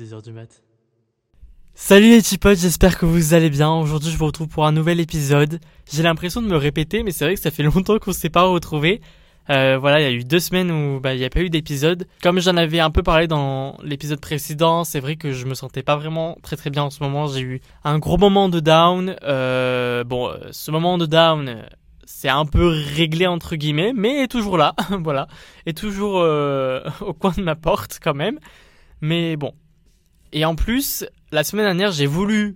6h du mat. Salut les petits potes, j'espère que vous allez bien. Aujourd'hui je vous retrouve pour un nouvel épisode. J'ai l'impression de me répéter, mais c'est vrai que ça fait longtemps qu'on s'est pas retrouvés. Voilà, il y a eu 2 semaines où il n'y a pas eu d'épisode. Comme j'en avais un peu parlé dans l'épisode précédent, c'est vrai que je me sentais pas vraiment très bien en ce moment. J'ai eu un gros moment de down. Ce moment de down, c'est un peu réglé entre guillemets, mais est toujours là, voilà, est toujours au coin de ma porte quand même. Mais bon. Et en plus, la semaine dernière, j'ai voulu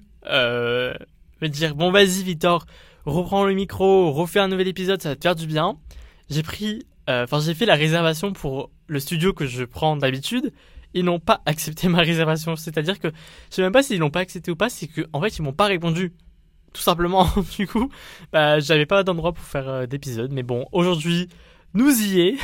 me dire bon vas-y Victor, reprends le micro, refais un nouvel épisode, ça va te faire du bien. J'ai fait la réservation pour le studio que je prends d'habitude. Ils n'ont pas accepté ma réservation, c'est-à-dire que je sais même pas s'ils l'ont pas accepté ou pas, c'est que en fait ils m'ont pas répondu. Tout simplement, du coup, j'avais pas d'endroit pour faire d'épisode. Mais bon, aujourd'hui, nous y est.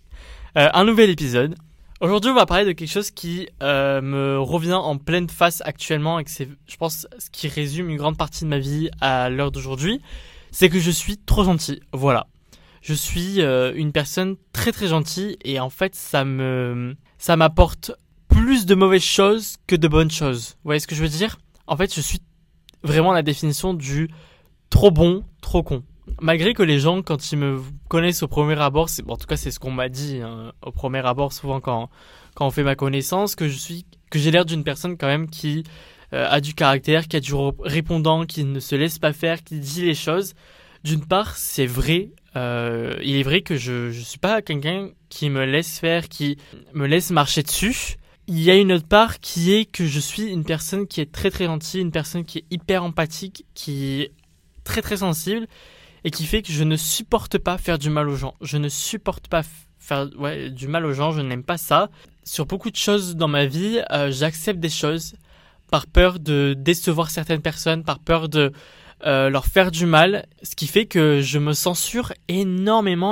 Un nouvel épisode. Aujourd'hui, on va parler de quelque chose qui me revient en pleine face actuellement et que c'est, je pense, ce qui résume une grande partie de ma vie à l'heure d'aujourd'hui. C'est que je suis trop gentil. Voilà. Je suis une personne très gentille et en fait, ça m'apporte plus de mauvaises choses que de bonnes choses. Vous voyez ce que je veux dire ? En fait, je suis vraiment la définition du trop bon, trop con. Malgré que les gens, quand ils me connaissent au premier abord, en tout cas c'est ce qu'on m'a dit au premier abord, souvent quand on fait ma connaissance, que j'ai l'air d'une personne quand même qui a du caractère, qui a du répondant, qui ne se laisse pas faire, qui dit les choses. D'une part, c'est vrai, il est vrai que je suis pas quelqu'un qui me laisse faire, qui me laisse marcher dessus. Il y a une autre part qui est que je suis une personne qui est très gentille, une personne qui est hyper empathique, qui est très sensible et qui fait que je ne supporte pas faire du mal aux gens. Je ne supporte pas faire du mal aux gens, je n'aime pas ça. Sur beaucoup de choses dans ma vie, j'accepte des choses par peur de décevoir certaines personnes, par peur de leur faire du mal, ce qui fait que je me censure énormément.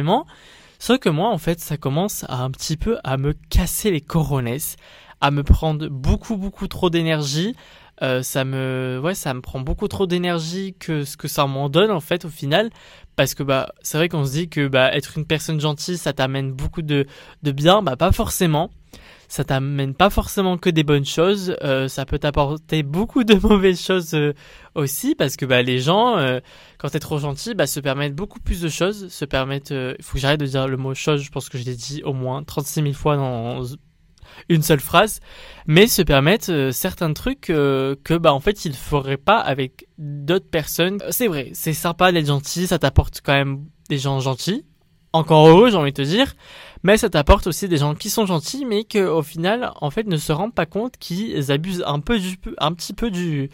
Sauf que moi, en fait, ça commence un petit peu à me casser les coronets, à me prendre beaucoup trop d'énergie. Ça me prend beaucoup trop d'énergie que ce que ça m'en donne, en fait, au final. Parce que, c'est vrai qu'on se dit que, être une personne gentille, ça t'amène beaucoup de bien. Pas forcément. Ça t'amène pas forcément que des bonnes choses. Ça peut t'apporter beaucoup de mauvaises choses aussi, parce que les gens, quand t'es trop gentil, se permettent beaucoup plus de choses, il faut que j'arrête de dire le mot chose, je pense que je l'ai dit au moins 36 000 fois dans une seule phrase, mais se permettent certains trucs que en fait ils feraient pas avec d'autres personnes. C'est vrai, c'est sympa d'être gentil, ça t'apporte quand même des gens gentils. Encore heureux, j'ai envie de te dire, mais ça t'apporte aussi des gens qui sont gentils, mais qui au final, en fait, ne se rendent pas compte qu'ils abusent un petit peu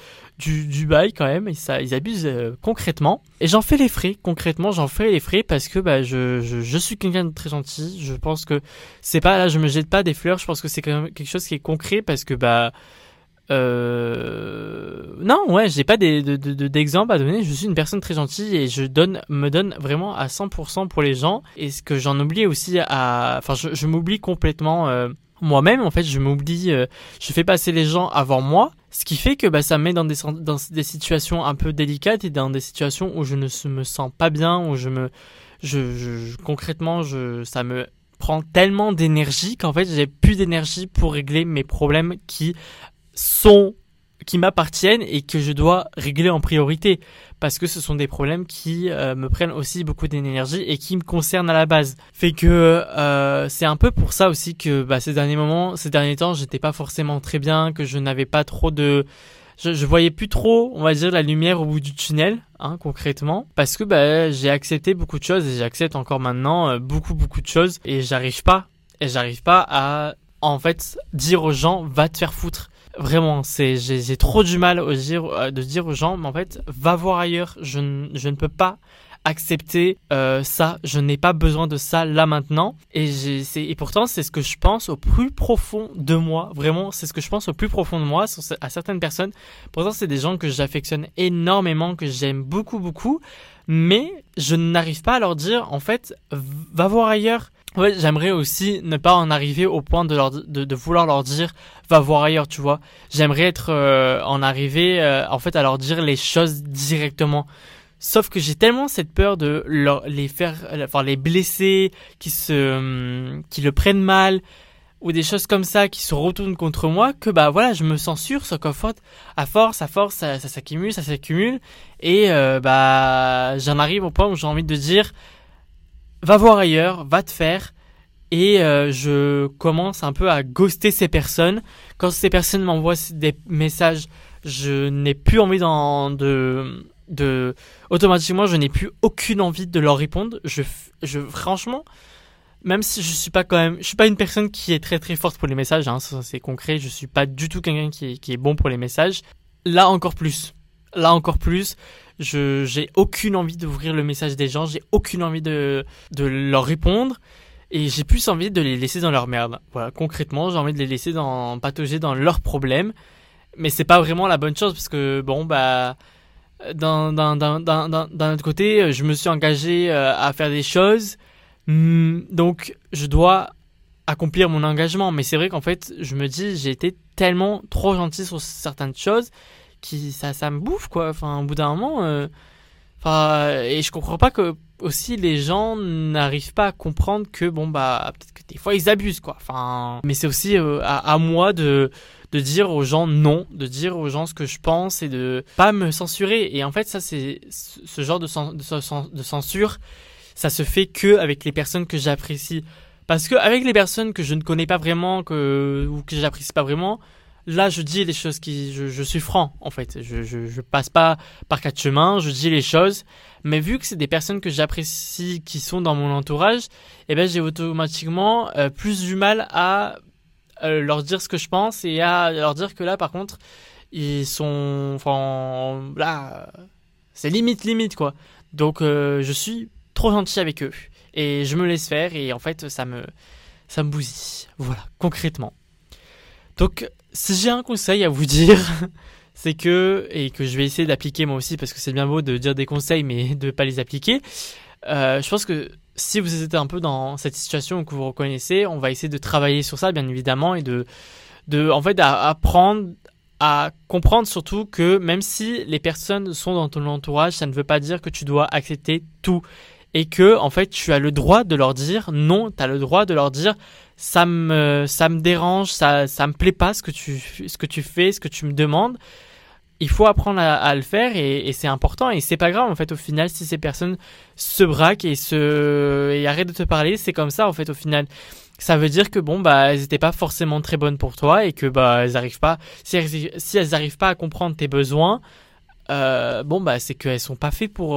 du bail quand même, et ça, ils abusent concrètement. Et j'en fais les frais, parce que je suis quelqu'un de très gentil. Je pense que c'est pas là, je me jette pas des fleurs. Je pense que c'est quand même quelque chose qui est concret, parce que j'ai pas d'exemple à donner. Je suis une personne très gentille et je me donne vraiment à 100% pour les gens. Et ce que j'en oublie aussi je m'oublie complètement moi-même. En fait, je m'oublie, je fais passer les gens avant moi. Ce qui fait que ça me met dans des situations un peu délicates et dans des situations où je ne me sens pas bien, où concrètement, ça me prend tellement d'énergie qu'en fait, j'ai plus d'énergie pour régler mes problèmes qui m'appartiennent et que je dois régler en priorité, parce que ce sont des problèmes qui me prennent aussi beaucoup d'énergie et qui me concernent à la base. Fait que c'est un peu pour ça aussi que ces derniers temps, j'étais pas forcément très bien, que je n'avais pas trop je voyais plus trop, on va dire, la lumière au bout du tunnel, concrètement, parce que j'ai accepté beaucoup de choses et j'accepte encore maintenant beaucoup de choses et j'arrive pas à en fait dire aux gens va te faire foutre. Vraiment, j'ai trop du mal de dire aux gens, mais en fait, va voir ailleurs. Je ne peux pas accepter ça. Je n'ai pas besoin de ça là maintenant. Et pourtant, c'est ce que je pense au plus profond de moi. Vraiment, c'est ce que je pense au plus profond de moi à certaines personnes. Pourtant, c'est des gens que j'affectionne énormément, que j'aime beaucoup. Mais je n'arrive pas à leur dire, en fait, va voir ailleurs. Ouais, j'aimerais aussi ne pas en arriver au point de vouloir leur dire va voir ailleurs, tu vois. J'aimerais en arriver en fait à leur dire les choses directement. Sauf que j'ai tellement cette peur de les blesser, qui le prennent mal, ou des choses comme ça qui se retournent contre moi que bah voilà, je me censure, sans qu'en fait, à force, ça s'accumule et bah j'en arrive au point où j'ai envie de dire va voir ailleurs, va te faire. Et je commence un peu à ghoster ces personnes. Quand ces personnes m'envoient des messages, je n'ai plus envie automatiquement, je n'ai plus aucune envie de leur répondre. Franchement, même si je suis pas une personne qui est très très forte pour les messages, hein, ça c'est concret. Je suis pas du tout quelqu'un qui est bon pour les messages. Là encore plus, j'ai aucune envie d'ouvrir le message des gens. J'ai aucune envie de leur répondre. Et j'ai plus envie de les laisser dans leur merde. Voilà, concrètement, j'ai envie de les laisser patauger dans leurs problèmes. Mais c'est pas vraiment la bonne chose parce que bon bah d'un autre côté, je me suis engagé à faire des choses, donc je dois accomplir mon engagement. Mais c'est vrai qu'en fait, je me dis, j'ai été tellement trop gentil sur certaines choses qui ça me bouffe quoi. Enfin, au bout d'un moment, et je comprends pas que aussi les gens n'arrivent pas à comprendre que bon bah peut-être que des fois ils abusent quoi. Enfin, mais c'est aussi à moi de dire aux gens non, de dire aux gens ce que je pense et de pas me censurer. Et en fait ça c'est ce genre de censure, ça se fait que avec les personnes que j'apprécie. Parce que avec les personnes que je ne connais pas vraiment ou que j'apprécie pas vraiment, là je dis les choses je suis franc en fait. Je passe pas par quatre chemins, je dis les choses. Mais vu que c'est des personnes que j'apprécie qui sont dans mon entourage, eh ben j'ai automatiquement plus du mal à leur dire ce que je pense et à leur dire que là par contre ils sont là c'est limite quoi. Donc je suis trop gentil avec eux et je me laisse faire et en fait ça me bousille. Voilà, concrètement. Donc si j'ai un conseil à vous dire c'est que je vais essayer d'appliquer moi aussi parce que c'est bien beau de dire des conseils mais de pas les appliquer. Je pense que si vous êtes un peu dans cette situation ou que vous reconnaissez, on va essayer de travailler sur ça bien évidemment et de en fait apprendre à comprendre surtout que même si les personnes sont dans ton entourage, ça ne veut pas dire que tu dois accepter tout et que en fait tu as le droit de leur dire non, tu as le droit de leur dire ça me dérange, ça me plaît pas ce que tu fais, ce que tu me demandes. Il faut apprendre à le faire et c'est important et c'est pas grave en fait au final si ces personnes se braquent et arrêtent de te parler, c'est comme ça en fait au final. Ça veut dire que bon bah elles étaient pas forcément très bonnes pour toi et que bah elles arrivent pas si elles arrivent pas à comprendre tes besoins, bon bah c'est qu'elles sont pas faites pour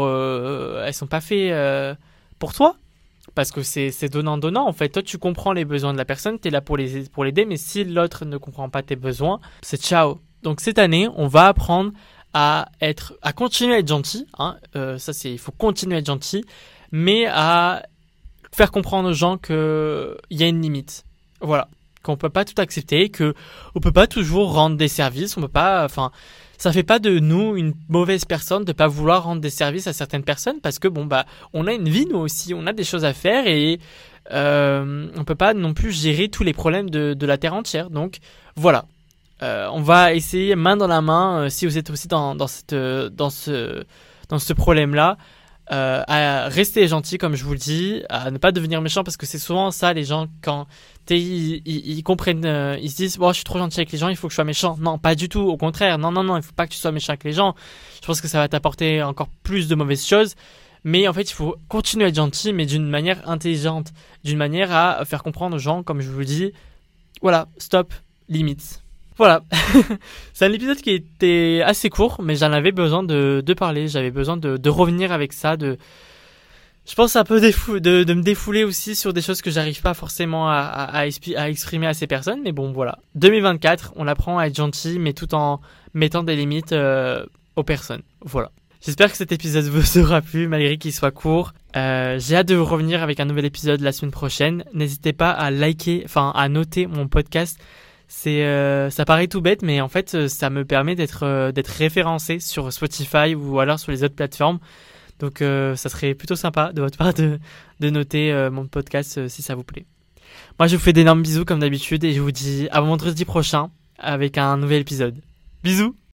toi. Parce que c'est donnant en fait. Toi tu comprends les besoins de la personne, t'es là pour l'aider, mais si l'autre ne comprend pas tes besoins, c'est ciao. Donc cette année, on va apprendre à continuer à être gentil. Hein. Il faut continuer à être gentil, mais à faire comprendre aux gens que il y a une limite. Voilà, qu'on peut pas tout accepter, que on peut pas toujours rendre des services, on peut pas. Enfin, ça fait pas de nous une mauvaise personne de pas vouloir rendre des services à certaines personnes parce que bon bah on a une vie nous aussi, on a des choses à faire et on peut pas non plus gérer tous les problèmes de la terre entière. Donc voilà. On va essayer main dans la main si vous êtes aussi dans ce problème-là, à rester gentil comme je vous le dis, à ne pas devenir méchant parce que c'est souvent ça les gens quand ils comprennent, ils se disent bon je suis trop gentil avec les gens, il faut que je sois méchant. Non, pas du tout, au contraire. Non, il faut pas que tu sois méchant avec les gens. Je pense que ça va t'apporter encore plus de mauvaises choses. Mais en fait, il faut continuer à être gentil, mais d'une manière intelligente, d'une manière à faire comprendre aux gens, comme je vous le dis, voilà, stop, limite. Voilà, c'est un épisode qui était assez court, mais j'en avais besoin de parler, j'avais besoin de revenir avec ça, je pense un peu de me défouler aussi sur des choses que j'arrive pas forcément à exprimer à ces personnes, mais bon voilà. 2024, on apprend à être gentil, mais tout en mettant des limites aux personnes, voilà. J'espère que cet épisode vous aura plu, malgré qu'il soit court. J'ai hâte de vous revenir avec un nouvel épisode la semaine prochaine. N'hésitez pas à à noter mon podcast. Ça paraît tout bête, mais en fait, ça me permet d'être référencé sur Spotify ou alors sur les autres plateformes. Donc, ça serait plutôt sympa de votre part de noter mon podcast si ça vous plaît. Moi, je vous fais d'énormes bisous comme d'habitude et je vous dis à vendredi prochain avec un nouvel épisode. Bisous!